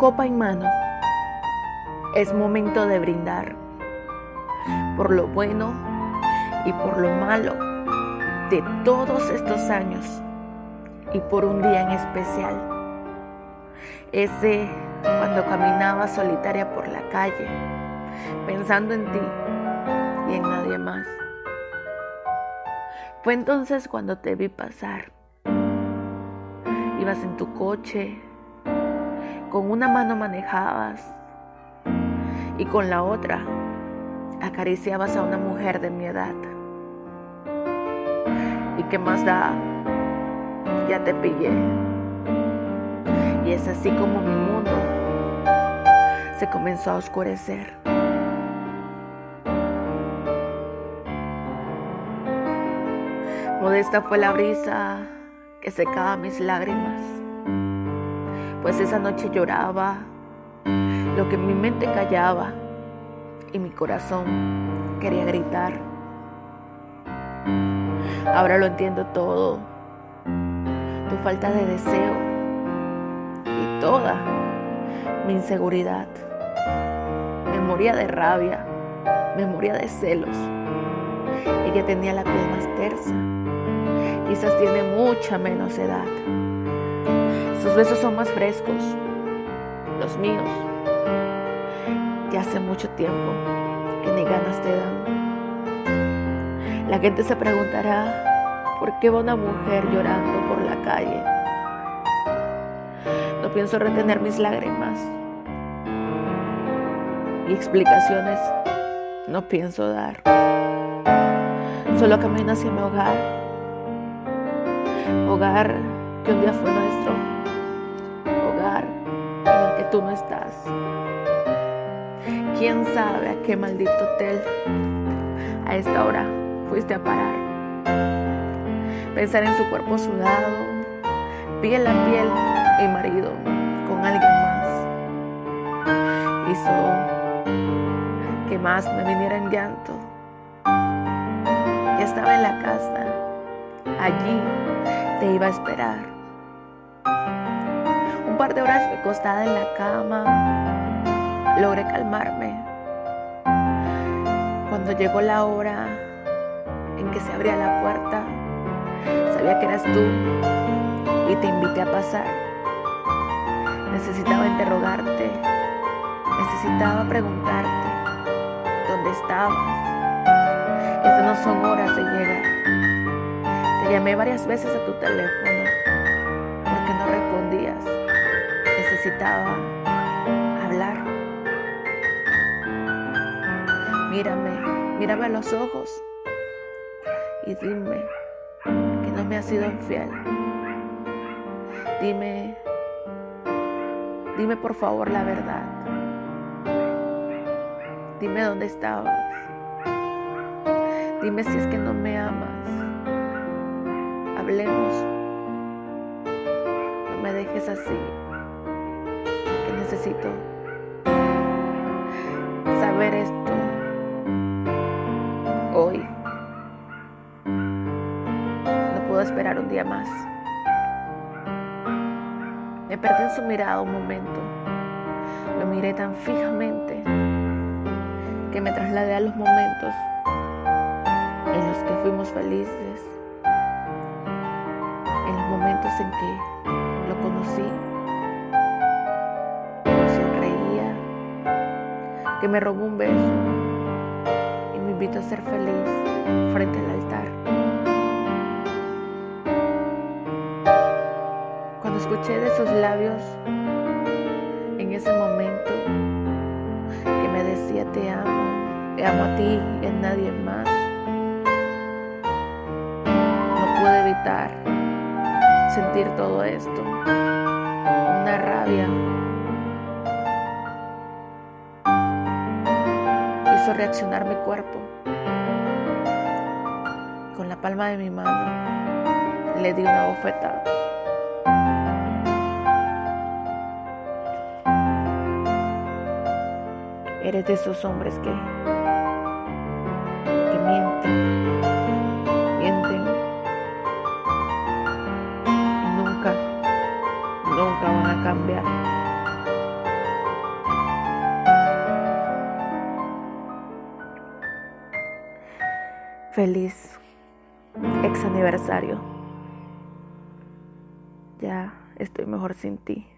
copa en mano, es momento de brindar por lo bueno y por lo malo de todos estos años y por un día en especial. Ese cuando caminaba solitaria por la calle, pensando en ti y en nadie más. Fue entonces cuando te vi pasar. Ibas en tu coche, con una mano manejabas y con la otra acariciabas a una mujer de mi edad. ¿Y qué más da? Ya te pillé. Y es así como mi mundo se comenzó a oscurecer. Modesta fue la brisa que secaba mis lágrimas, pues esa noche lloraba lo que mi mente callaba y mi corazón quería gritar. Ahora lo entiendo todo, tu falta de deseo y toda mi inseguridad. Me moría de rabia, me moría de celos. Ella tenía la piel más tersa, quizás tiene mucha menos edad. Sus besos son más frescos, los míos ya hace mucho tiempo que ni ganas te dan. La gente se preguntará por qué va una mujer llorando por la calle. No pienso retener mis lágrimas y explicaciones no pienso dar. Solo camino hacia mi hogar, hogar que un día fue nuestro, hogar en el que tú no estás. ¿Quién sabe a qué maldito hotel a esta hora fuiste a parar? Pensar en su cuerpo sudado, piel a piel, mi marido con alguien más, hizo que más me viniera en llanto. Ya estaba en la casa, allí te iba a esperar. Un par de horas recostada en la cama, logré calmarme. Cuando llegó la hora en que se abría la puerta, sabía que eras tú y te invité a pasar. Necesitaba interrogarte, necesitaba preguntarte dónde estabas. Estas no son horas de llegar. Te llamé varias veces a tu teléfono porque no respondías. Necesitaba hablar. Mírame a los ojos y dime que no me has sido infiel. Dime por favor la verdad. Dime dónde estabas. Dime si es que no me amas. Hablemos. No me dejes así, que necesito saber esto hoy. No puedo esperar un día más. Me perdí en su mirada un momento. Lo miré tan fijamente que me trasladé a los momentos en los que fuimos felices, en los momentos en que lo conocí, que sonreía, que me robó un beso y me invitó a ser feliz frente al altar. Cuando escuché de sus labios en ese momento que me decía te amo a ti y a nadie más, no pude evitar sentir todo esto, una rabia. Hizo reaccionar mi cuerpo. Con la palma de mi mano le di una bofetada. Eres de esos hombres que mienten y nunca van a cambiar. Feliz ex aniversario. Ya estoy mejor sin ti.